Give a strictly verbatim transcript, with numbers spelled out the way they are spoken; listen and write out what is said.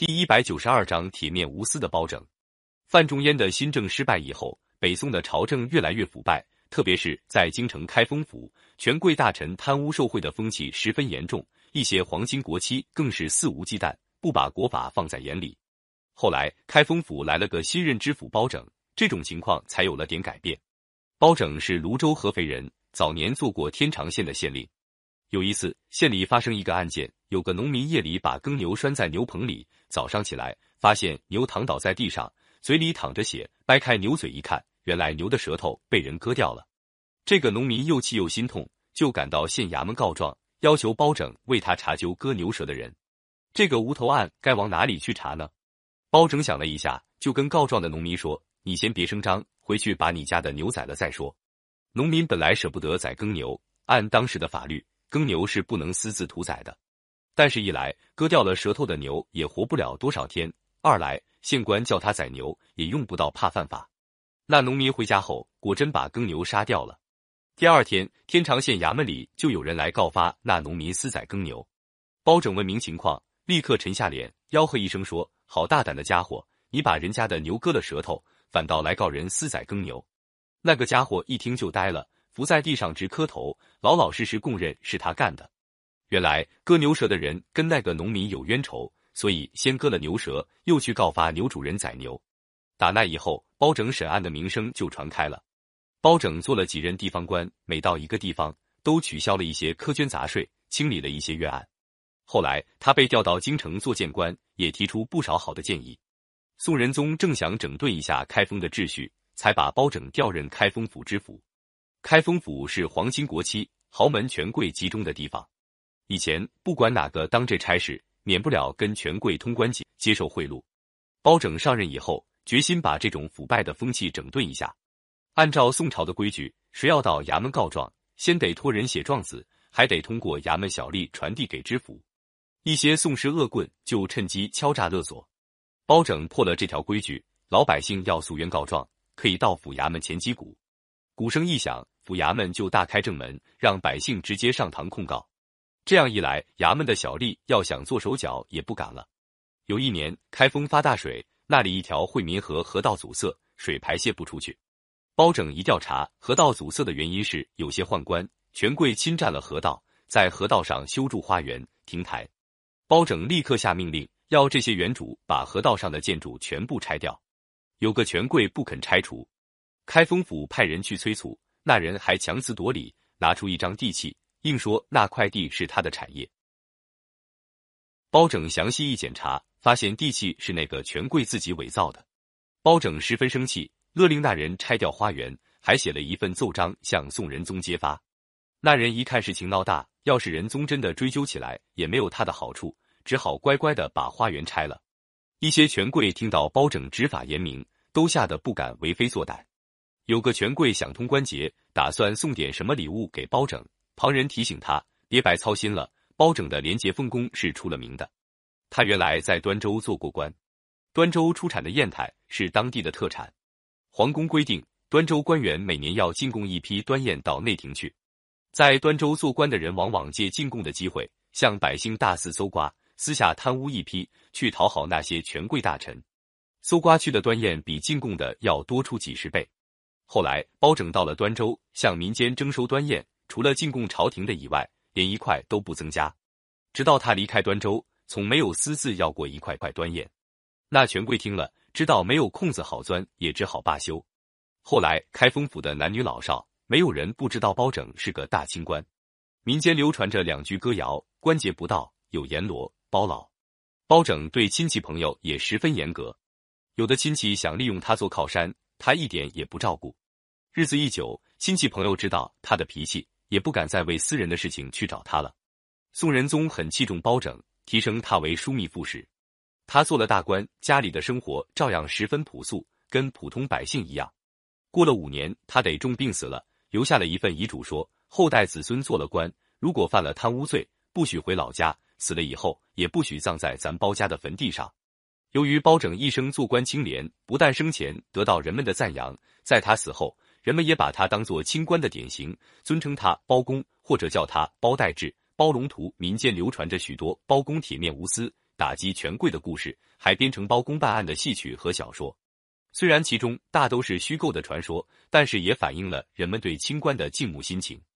第一百九十二章铁面无私的包拯。范仲淹的新政失败以后，北宋的朝政越来越腐败，特别是在京城开封府，权贵大臣贪污受贿的风气十分严重，一些皇亲国戚更是肆无忌惮，不把国法放在眼里。后来开封府来了个新任知府包拯，这种情况才有了点改变。包拯是泸州合肥人，早年做过天长县的县令。有一次，县里发生一个案件，有个农民夜里把耕牛拴在牛棚里，早上起来发现牛躺倒在地上，嘴里淌着血，掰开牛嘴一看，原来牛的舌头被人割掉了。这个农民又气又心痛，就赶到县衙门告状，要求包拯为他查究割牛舌的人。这个无头案该往哪里去查呢？包拯想了一下，就跟告状的农民说：“你先别声张，回去把你家的牛宰了再说。”农民本来舍不得宰耕牛，按当时的法律，耕牛是不能私自屠宰的。但是，一来割掉了舌头的牛也活不了多少天；二来县官叫他宰牛也用不到，怕犯法。那农民回家后，果真把耕牛杀掉了。第二天，天长县衙门里就有人来告发那农民私宰耕牛。包拯闻明情况，立刻沉下脸，吆喝一声说：“好大胆的家伙！你把人家的牛割了舌头，反倒来告人私宰耕牛！”那个家伙一听就呆了，伏在地上直磕头，老老实实供认是他干的。原来割牛舌的人跟那个农民有冤仇，所以先割了牛舌，又去告发牛主人宰牛。打那以后，包拯审案的名声就传开了。包拯做了几任地方官，每到一个地方都取消了一些苛捐杂税，清理了一些冤案。后来他被调到京城做谏官，也提出不少好的建议。宋仁宗正想整顿一下开封的秩序，才把包拯调任开封府知府。开封府是皇亲国戚、豪门权贵集中的地方。以前不管哪个当这差事，免不了跟权贵通关系，接受贿赂。包拯上任以后，决心把这种腐败的风气整顿一下。按照宋朝的规矩，谁要到衙门告状，先得托人写状子，还得通过衙门小吏传递给知府。一些宋时恶棍就趁机敲诈勒索。包拯破了这条规矩，老百姓要诉冤告状，可以到府衙门前击鼓。鼓声一响，府衙门就大开正门，让百姓直接上堂控告。这样一来，衙门的小吏要想做手脚也不敢了。有一年，开封发大水，那里一条惠民河河道阻塞，水排泄不出去。包拯一调查，河道阻塞的原因是有些宦官、权贵侵占了河道，在河道上修筑花园、亭台。包拯立刻下命令，要这些园主把河道上的建筑全部拆掉。有个权贵不肯拆除，开封府派人去催促，那人还强词夺理，拿出一张地契，硬说那块地是他的产业。包拯详细一检查，发现地契是那个权贵自己伪造的。包拯十分生气，勒令那人拆掉花园，还写了一份奏章向宋仁宗揭发。那人一看事情闹大，要是仁宗真的追究起来，也没有他的好处，只好乖乖的把花园拆了。一些权贵听到包拯执法严明，都吓得不敢为非作歹。有个权贵想通关节，打算送点什么礼物给包拯，旁人提醒他别白操心了，包拯的廉洁奉公是出了名的。他原来在端州做过官，端州出产的砚台是当地的特产。皇宫规定，端州官员每年要进贡一批端砚到内廷去。在端州做官的人往往借进贡的机会，向百姓大肆搜刮，私下贪污一批，去讨好那些权贵大臣。搜刮去的端砚比进贡的要多出几十倍。后来包拯到了端州，向民间征收端砚，除了进贡朝廷的以外，连一块都不增加。直到他离开端州，从没有私自要过一块块端砚。那权贵听了，知道没有空子好钻，也只好罢休。后来开封府的男女老少，没有人不知道包拯是个大清官。民间流传着两句歌谣：关节不到，有阎罗包老。包拯对亲戚朋友也十分严格，有的亲戚想利用他做靠山，他一点也不照顾。日子一久，亲戚朋友知道他的脾气，也不敢再为私人的事情去找他了。宋仁宗很器重包拯，提升他为枢密副使。他做了大官，家里的生活照样十分朴素，跟普通百姓一样。过了五年，他得重病死了，留下了一份遗嘱，说后代子孙做了官，如果犯了贪污罪，不许回老家，死了以后也不许葬在咱包家的坟地上。由于包拯一生做官清廉，不但生前得到人们的赞扬，在他死后，人们也把他当作清官的典型，尊称他包公，或者叫他包待制、包龙图。民间流传着许多包公铁面无私、 打击权贵的故事，还编成包公办案的戏曲和小说。虽然其中大都是虚构的传说，但是也反映了人们对清官的敬慕心情。